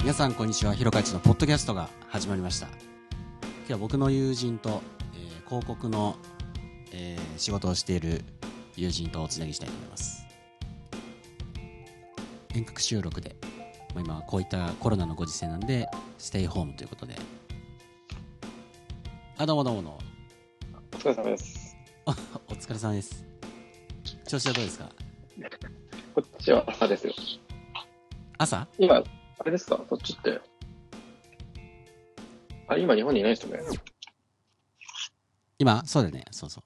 皆さんこんにちは。ひろかいちのポッドキャストが始まりました。今日は僕の友人と、広告の、仕事をしている友人とおつなぎしたいと思います。遠隔収録で、今はこういったコロナのご時世なんでステイホームということで。どうもどうも。 お疲れ様です。 お疲れ様です。調子はどうですか？ こっちは朝ですよ。 朝？ 今、あれですか、そっちって。今日本にいないですよね。 そうだね。そうそう。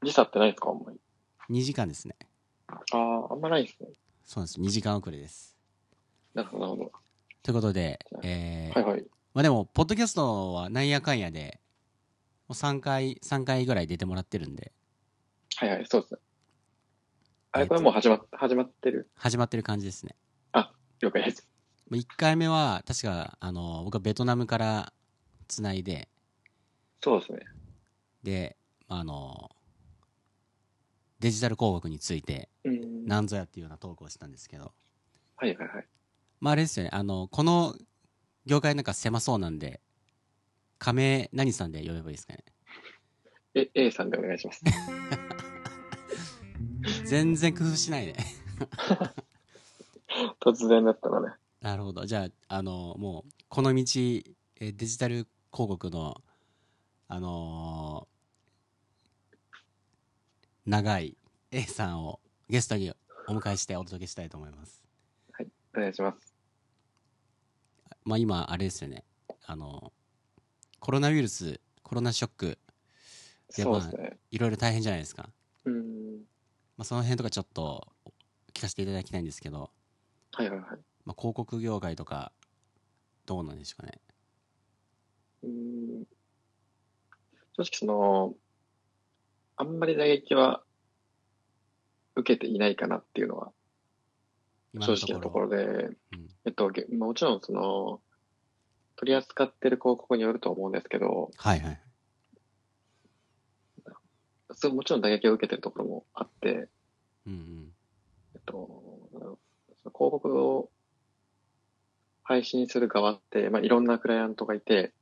時差ってないですか、あんまり。 2時間ですね。 あんまないですね。 そうです。2時間遅れです。 なるほど、なるほど。 ということで、 はいはい。 でも、ポッドキャストはなんやかんやで、もう3回ぐらい出てもらってるんで、 はいはい、そうですね。これもう始まってる。 始まってる感じですね。 了解です。 1回目は、確か、僕はベトナムからつないで、 そうですね。 で、デジタル広告について、なんぞやっていうようなトークをしたんですけど、 はいはいはい。 あれですよね、この業界なんか狭そうなんで、亀何さんで呼べばいいですかね。 A さんでお願いします。 全然工夫しないね。 突然だったのね。 なるほど。じゃあ、もう、この道、デジタル広告の、長い A さんをゲストにお迎えしてお届けしたいと思います。 はい、お願いします。 今、あれですよね。コロナウイルス、コロナショックで、 そうですね。 いろいろ大変じゃないですか。その辺とかちょっと聞かせていただきたいんですけど、 はいはいはい。 広告業界とか、どうなんでしょうかね。 正直あんまり打撃は受けていないかなっていうのは、正直なところで、もちろん取り扱ってる広告によると思うんですけど、 はいはい。 もちろん打撃を受けてるところもあって、広告を配信する側って、いろんなクライアントがいて、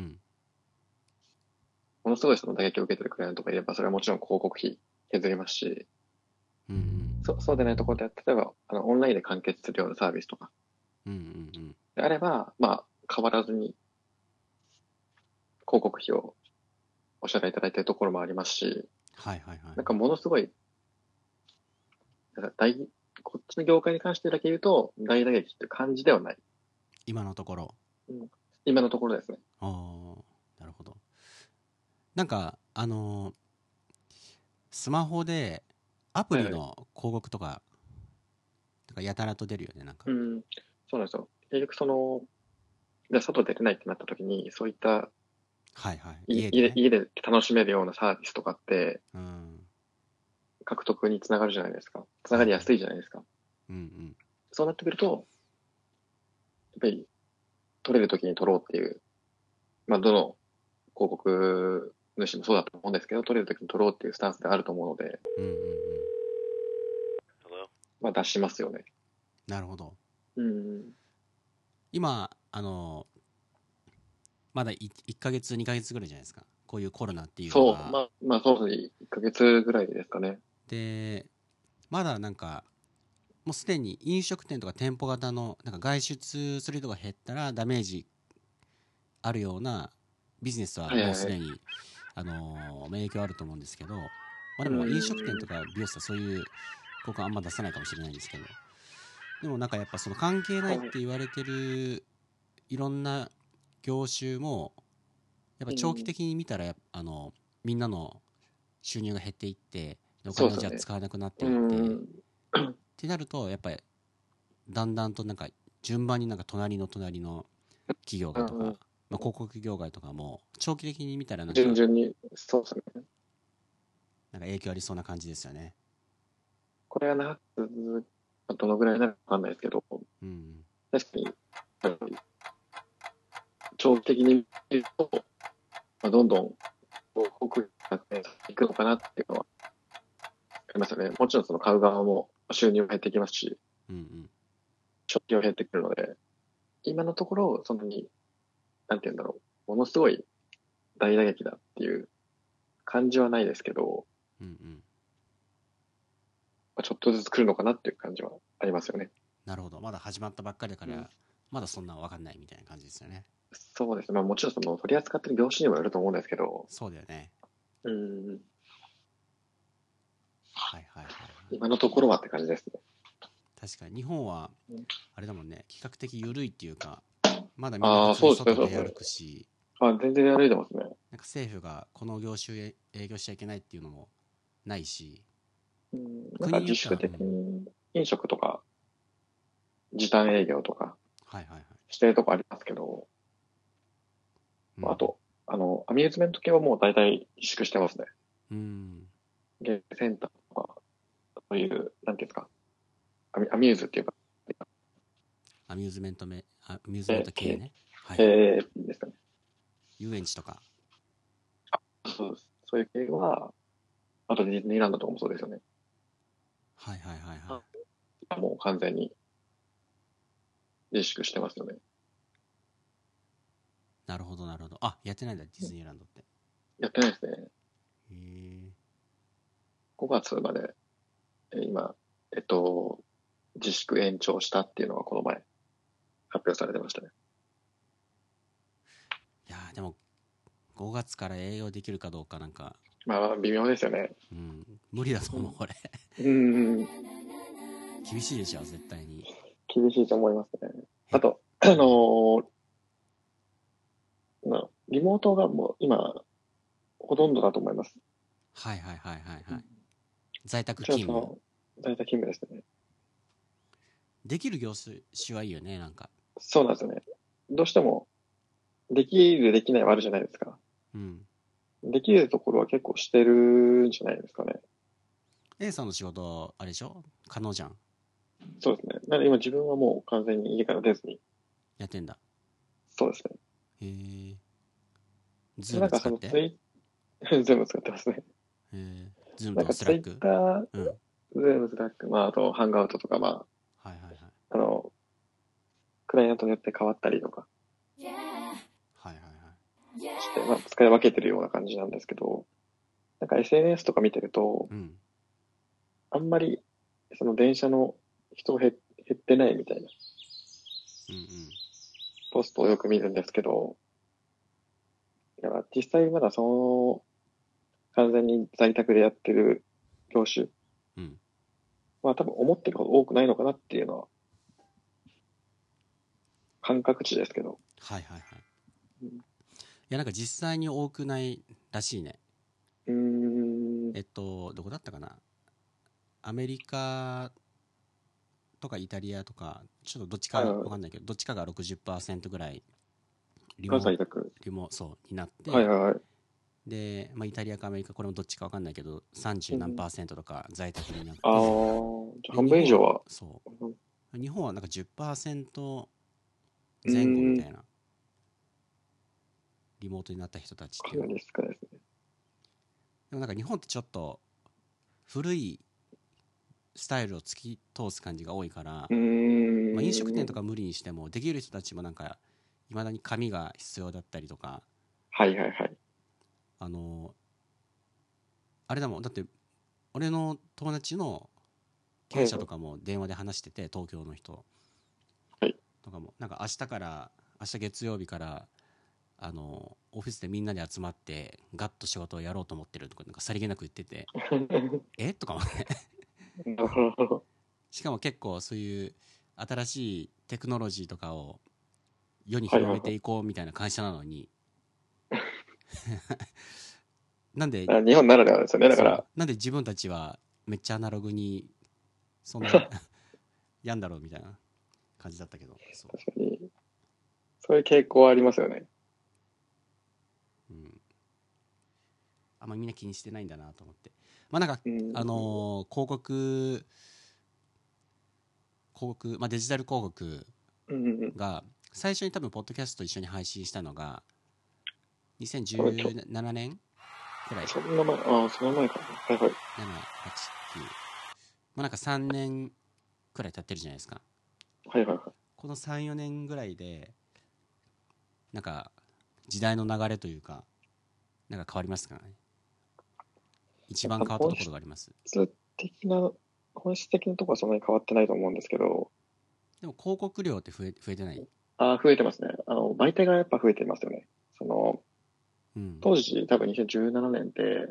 ものすごいその打撃を受けてるクライアントがいれば、それはもちろん広告費削りますし、そうでないところで、例えばオンラインで完結するようなサービスとか、であれば、変わらずに広告費をお支払いいただいているところもありますし、なんかものすごい、なんかこっちの業界に関してだけ言うと、大打撃っていう感じではない。 今のところ。 今のところですね。 なるほど。なんか、スマホでアプリの広告とか、やたらと出るよね、なんか。 そうなんですよ。結局じゃあ外出れないってなった時に、そういった、家で楽しめるようなサービスとかって、獲得につながるじゃないですか。つながりやすいじゃないですか。そうなってくると、やっぱり、撮れる時に撮ろうっていう、どの広告主もそうだと思うんですけど、撮れる時に撮ろうっていうスタンスであると思うので、出しますよね。 なるほど。今、まだ1ヶ月、2ヶ月ぐらいじゃないですか。こういうコロナっていうのが。 そうですね。1ヶ月ぐらいですかね。 で、まだなんか、もうすでに飲食店とか店舗型のなんか外出する人が減ったらダメージあるようなビジネスはもうすでに、影響あると思うんですけど、でも飲食店とか美容室はそういう広告あんま出さないかもしれないんですけど、でもなんかやっぱその関係ないって言われてるいろんな業種もやっぱ長期的に見たらみんなの収入が減っていってお金をじゃあ使わなくなっていってってなるとやっぱりだんだんとなんか順番になんか隣の企業がとか、広告業界とかも長期的に見たらなんか順々に、そうですね。 なんか影響ありそうな感じですよね。 これはどのぐらいになるかわかんないですけど、確かに、長期的に見ると、どんどん広告がいくのかなっていうのはありますよね。もちろん買う側も収入が減ってきますし、食費も減ってくるので、 今のところ、なんて言うんだろう。ものすごい大打撃だっていう感じはないですけど、 うんうん。 ちょっとずつ来るのかなっていう感じはありますよね。 なるほど。まだ始まったばっかりだかうん、 ら、まだそんな分かんないみたいな感じですよね。 そうですね。まあもちろん取り扱ってる業種にもよると思うんですけど、 そうだよね。 うん、 はいはいはいはい。 今のところはって感じですね。 確かに日本はうん、 あれだもんね、比較的緩いっていうか、まだみんな普ああ、 通にそうですね、 外で歩そうですね。 くし、 全然歩いてますね。 なんか政府がこの業種へ営業しちゃいけないっていうのもないし、 うん、なんか国によっては、 自粛的に飲食とか時短営業とかはいはいはい。 してるとこありますけど、 うん。 あと、アミューズメント系はもう大体自粛してますね。 うん。 ゲームセンターとか、そういう、なんていうんですか、アミューズっていうか、 アミューズメントアミューズメント系系、 ね。はいはい。 ですかね。 遊園地とか。 そうです。そういう系は、あとディズニーランドとかもそうですよね。 はいはいはいはい。 もう完全に自粛してますよね。 なるほどなるほど。あ、やってないんだ、ディズニーランドって。 やってないですね。 へえ。 5月まで、今、えっと、自粛延長したっていうのがこの前発表されてましたね。 いやーでも5月から営業できるかどうかなんか、 まあ、微妙ですよね。 うん、無理だと思う、これ。 うん。 厳しいでしょ、絶対に。 厳しいと思いますね。 え、 あと、 うん。 リモートがもう今、ほとんどだと思います。 はいはいはいはいうん、 はい。在宅じゃあ、 勤務。 在宅勤務ですね。 できる業種はいいよね、なんか。 そうなんですよね。どうしても、できる、できないはあるじゃないですか。 うん。 できるところは結構してるんじゃないですかね。 A さんの仕事、あれでしょ可能じゃん。 そうですね。なので今自分はもう完全に家から出ずに、 やってんだ。 そうですね。 へえ。ズーなんかム使って。 全部使ってますね。 へえ。ズームとかなんかツイッスラック。 ター、 うん。 ズーム、スラック、まあ、あと、ハンガウトとか、まはいはいはい。 あ、クライアントによって変わったりとかはいはいはい。 して、まあ、使い分けてるような感じなんですけど、なんか SNS とか見てると、 うん。 あんまり、その電車の人減ってないみたいなうんうん。 ポストをよく見るんですけど、だから実際まだ完全に在宅でやってる業種うん。 は多分思ってるほど多くないのかなっていうのは感覚値ですけど。 はいはいはい。 うん、 いや、なんか実際に多くないらしいね。 うーん、 どこだったかな。アメリカとかイタリアとか、ちょっとどっちかはいはい、 わかんないけど、どっちかが60%ぐらいリがモ、 在宅。 そうになって、 はいはいはい。 で、まあ、イタリアかアメリカ、これもどっちかわかんないけど、30何うん、 パーセントとか在宅になっあて、 じゃあで、 半日本は、 分以上は。 そうん、 う、日本はなんか10% う前後みーん、 たいな、リモートになった人たちっていうのは。 かなり少ないですね。 でもなんか日本ってちょっと古いスタイルを突き通す感じが多いから、 うまあ、飲食ーん、 店とか無理にしてもできる人たちもなんかいまだに紙が必要だったりとか、 はいはいはい。 あのあれだもん、だって俺の友達の経営者とはいはい。 かも電話で話してて、東京の人はい。 とかもなんか明日月曜日からオフィスでみんなで集まってガッと仕事をやろうと思ってるとかなんかさりげなく言ってて、えとかもね。 なるほど。 しかも結構そういう新しいテクノロジーとかを世に広めていはいはいはい。 こうみたいな会社なのに、なんで、 日本ならではですよね。だから、 なんで自分たちはめっちゃアナログにそんなやんだろうみたいな感じだったけど、そ確かに、そういう傾向はありますよね。 う、うん、あんまみんな気にしてないんだなと思って、まあなんかうん。 まあ、デジタル広告うんうんうん。 が最初に多分ポッドキャストと一緒に配信したのが多分 2017年くらい、 そんな前、その前かな。はいはい。 7、8、9、まあなんか3年くらい経ってるじゃないですか。 はいはいはい。 この3、4年ぐらいでなんか時代の流れというかなんか変わりますかね。一番変わったところがあります。 本質的なところはそんなに変わってないと思うんですけど。 でも広告量って増えてない？ 増えてますね。媒体がやっぱ増えてますよね。 うん、 当時多分2017年で、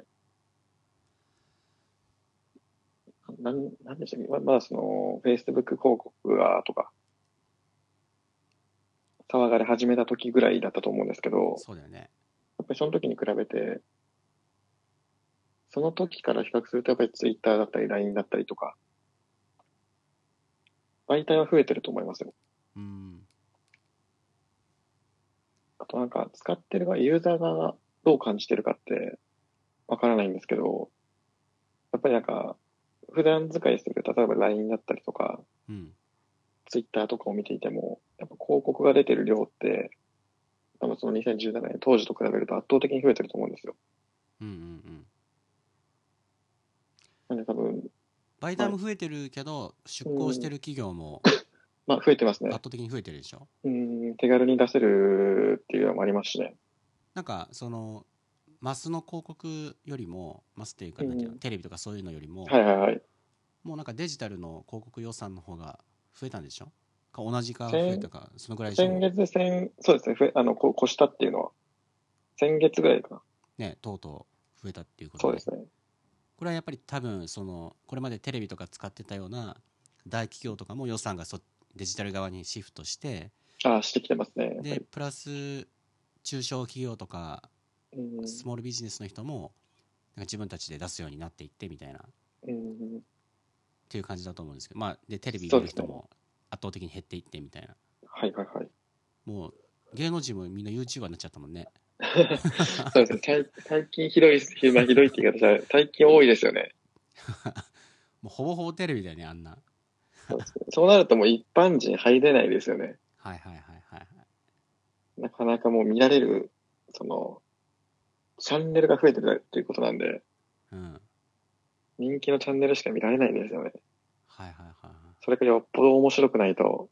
なんでしたっけ、まだFacebook 広告がとか、騒がれ始めた時ぐらいだったと思うんですけど、 そうだよね。 やっぱりその時に比べて、その時から比較するとやっぱり Twitter だったり LINE だったりとか、媒体は増えてると思いますよ。 うん。 あとなんか使ってるユーザーがどう感じてるかってわからないんですけど、やっぱりなんか、普段使いしてる、例えば LINE だったりとか、 うん。 Twitter とかを見ていても、やっぱ広告が出てる量って、多分その2017年当時と比べると圧倒的に増えてると思うんですよ。 うんうんうん。 なんで多分、 媒体も増えてるけど出向してる企業も増えてますね。 圧倒的に増えてるでしょ。 手軽に出せるっていうのもありますしね。 なんかそのマスの広告よりもマスっていうかなんていうの、テレビとかそういうのよりも、 はいはいはい。 もうなんかデジタルの広告予算の方が増えたんでしょか、同じか増え先、 たか、そのぐらいでしょ先も月、そうですね、越したっていうのは、先月ぐらいかな。 うね、とうとう増えたっていうことで、 そうですね。 これはやっぱり多分そのこれまでテレビとか使ってたような大企業とかも予算がデジタル側にシフトして、 してきてますね、やっぱり。 でプラス中小企業とかうん、 スモールビジネスの人もなんか自分たちで出すようになっていってみたいなっうん、 ていう感じだと思うんですけど、まあでテレビそうですね。 見る人も圧倒的に減っていってみたいな、 はいはいはい。 もう芸能人もみんな YouTuber になっちゃったもんね。 そうですね。最近ひどい、ひどいって言い方じゃない、最近多いですよね。 もうほぼほぼテレビだよね、あんな。 そうですね。そうなるともう一般人入れないですよね。 はいはいはいはいはい。 なかなかもう見られる、その、チャンネルが増えてるということなんで、 うん。 人気のチャンネルしか見られないんですよね。 はいはいはいはい。 それがよっぽど面白くないと。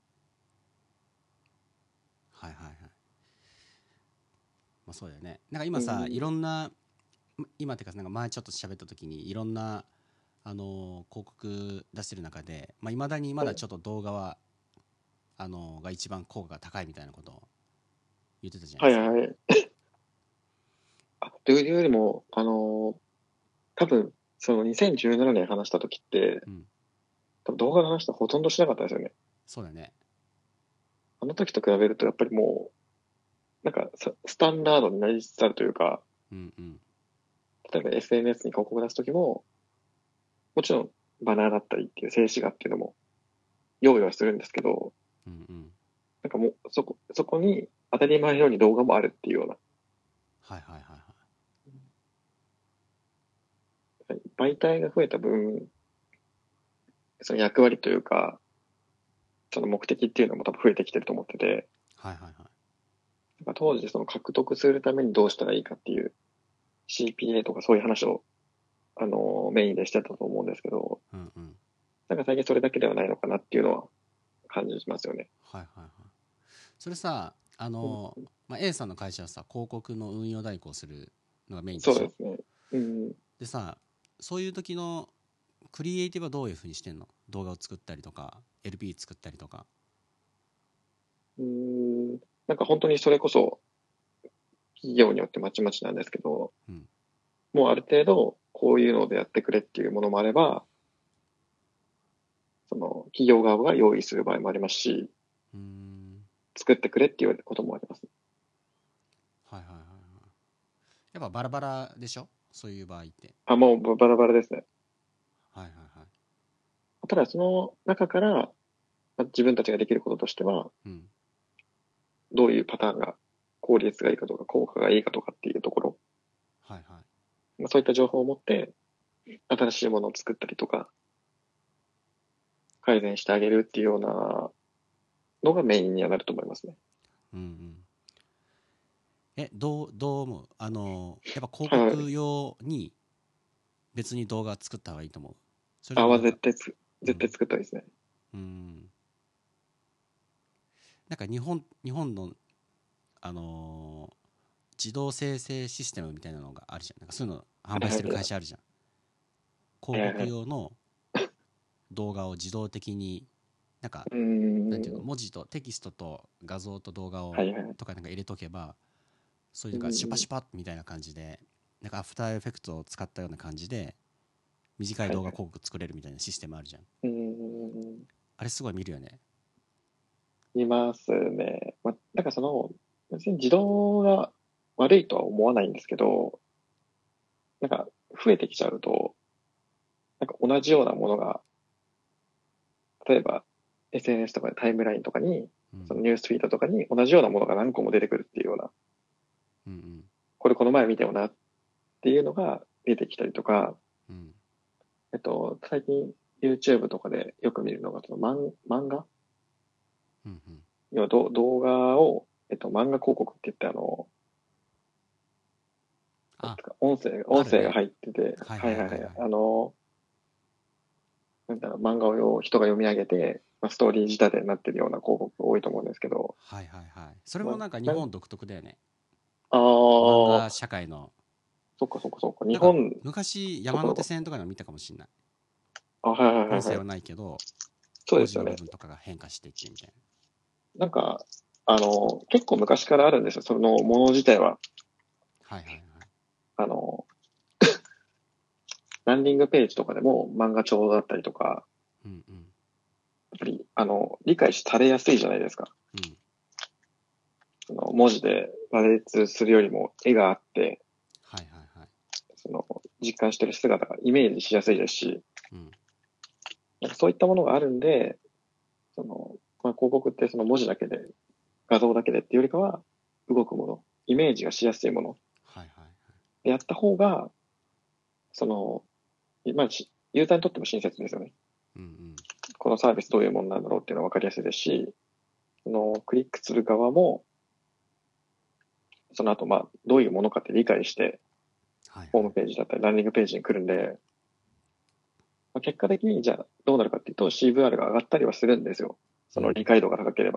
はいはいはい。まあそうだよね。なんか今さ、いうん、 ろんな、今っていうかなんか前ちょっと喋った時にいろんな、広告出してる中で、まあ、未だにまだちょっと動画は、が一番効果が高いみたいなことを言ってたじゃないですか。 はいはい。というよりも、多分、その2017年話した時って、 うん。 多分動画の話ってほとんどしなかったですよね。 そうだね。 あの時と比べると、やっぱりもう、なんかスタンダードになりつつあるというか、 うんうん。 例えば SNS に広告出す時も、もちろんバナーだったりっていう静止画っていうのも用意はするんですけど、 うんうん。 なんかもうそこに当たり前のように動画もあるっていうような、 はいはいはいはい。 媒体が増えた分、その役割というか、その目的っていうのも多分増えてきてると思ってて、 はいはいはい。 当時その獲得するためにどうしたらいいかっていう CPA とかそういう話を、メインでしてたと思うんですけど、 うんうん。 なんか最近それだけではないのかなっていうのは感じますよね。 はいはいはい。それさ、 うん、 まあ、A さんの会社はさ、広告の運用代行するのがメインでしょ。 そうですね。うん。 でさ、そういう時のクリエイティブはどういうふうにしてんの？動画を作ったりとか LP 作ったりとか。 なんか本当にそれこそ企業によってまちまちなんですけど、 うん。 もうある程度こういうのでやってくれっていうものもあれば、その企業側が用意する場合もありますし、 うーん。 作ってくれっていうこともあります。 はいはいはいはい。やっぱバラバラでしょ、そういう場合って。 もうバラバラですね。 はいはいはい。 ただその中から、自分たちができることとしては、 うん。 どういうパターンが効率がいいかとか、効果がいいかとかっていうところ、 はいはい。 そういった情報を持って、新しいものを作ったりとか、改善してあげるっていうようなのがメインにはなると思いますね。 うんうん。どう思う？やっぱ広はい。 告用に別に動画作った方がいいと思う？それともなんか、 絶対うん。 作った方がいいですね。 うん。 なんか日本の、自動生成システムみたいなのがあるじゃん。なんかそういうの販売してる会社あるじゃん。広告用の動画を自動的になんかなんていうの、文字とテキストと画像と動画をとかなんか入れとけば、そういうなんかシュパシュパみたいな感じで、なんかアフターエフェクトを使ったような感じで短い動画広告作れるみたいなシステムあるじゃん。あれすごい見るよね。 見ますね。なんか別に自動が悪いとは思わないんですけど、なんか増えてきちゃうと、なんか同じようなものが、例えば SNS とかでタイムラインとかに、そのニュースフィードとかに同じようなものが何個も出てくるっていうような、これこの前見たよなっていうのが出てきたりとか、最近 YouTube とかでよく見るのが、漫画、要は動画を、漫画広告って言って音声が入ってて、なんだろう、漫画を人が読み上げて、ストーリー仕立てになってるような広告が多いと思うんですけど。 それもなんか日本独特だよね。 漫画社会の。 そっか。日本。 昔山手線とかの見たかもしれない。音声はないけど、 そうですよね。 文字の部分とかが変化していってみたいな。なんか、結構昔からあるんですよ、そのもの自体は。ランディングページとかでも漫画帳だったりとか、やっぱり、理解されやすいじゃないですか。文字で羅列するよりも絵があって、実感してる姿がイメージしやすいですし、なんかそういったものがあるんで、広告ってその文字だけで、画像だけでっていうよりかは、動くもの、イメージがしやすいもの、やった方が、ユーザーにとっても親切ですよね。このサービスどういうものなんだろうっていうのは分かりやすいですし、クリックする側も、その後、どういうものかって理解して、ホームページだったり、ランディングページに来るんで、結果的にじゃあどうなるかっていうと CVR が上がったりはするんですよ。その理解度が高ければ。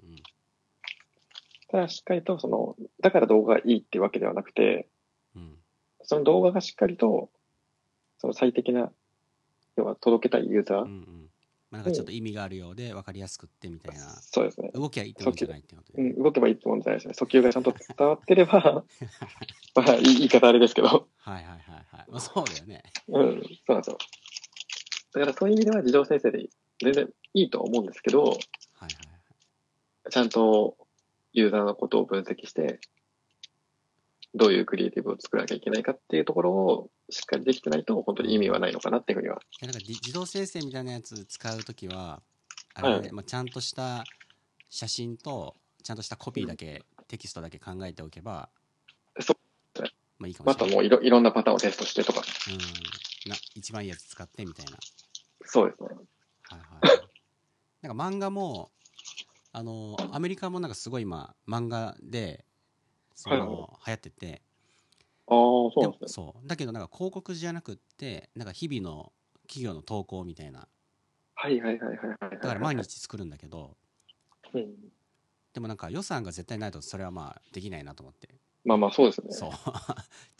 ただしっかりとだから動画がいいっていうわけではなくて、その動画がしっかりと、最適な、要は届けたいユーザー。 なんかちょっと意味があるようで分かりやすくってみたいな。 そうですね。 動きゃいいってもんじゃないってことで。動けばいいってもんじゃないですね。訴求がちゃんと伝わってれば、言い方あれですけど。 そうだよね。 そうなんですよ。だからそういう意味では自動生成で全然いいとは思うんですけど、ちゃんとユーザーのことを分析して、どういうクリエイティブを作らなきゃいけないかっていうところをしっかりできてないと本当に意味はないのかなっていうふうには。 なんか自動生成みたいなやつ使うときは、あれね、ちゃんとした写真とちゃんとしたコピーだけ、テキストだけ考えておけば、 そうですね。 いいかもしれない。 あともういろんなパターンをテストしてとか。 一番いいやつ使ってみたいな。 そうですね。 なんか漫画も、アメリカもなんかすごい今、漫画で、流行ってて、 そうなんですね。 そう。だけどなんか広告じゃなくって、なんか日々の企業の投稿みたいな。だから毎日作るんだけど、でもなんか予算が絶対ないとそれはできないなと思って。 そうですね。 そう。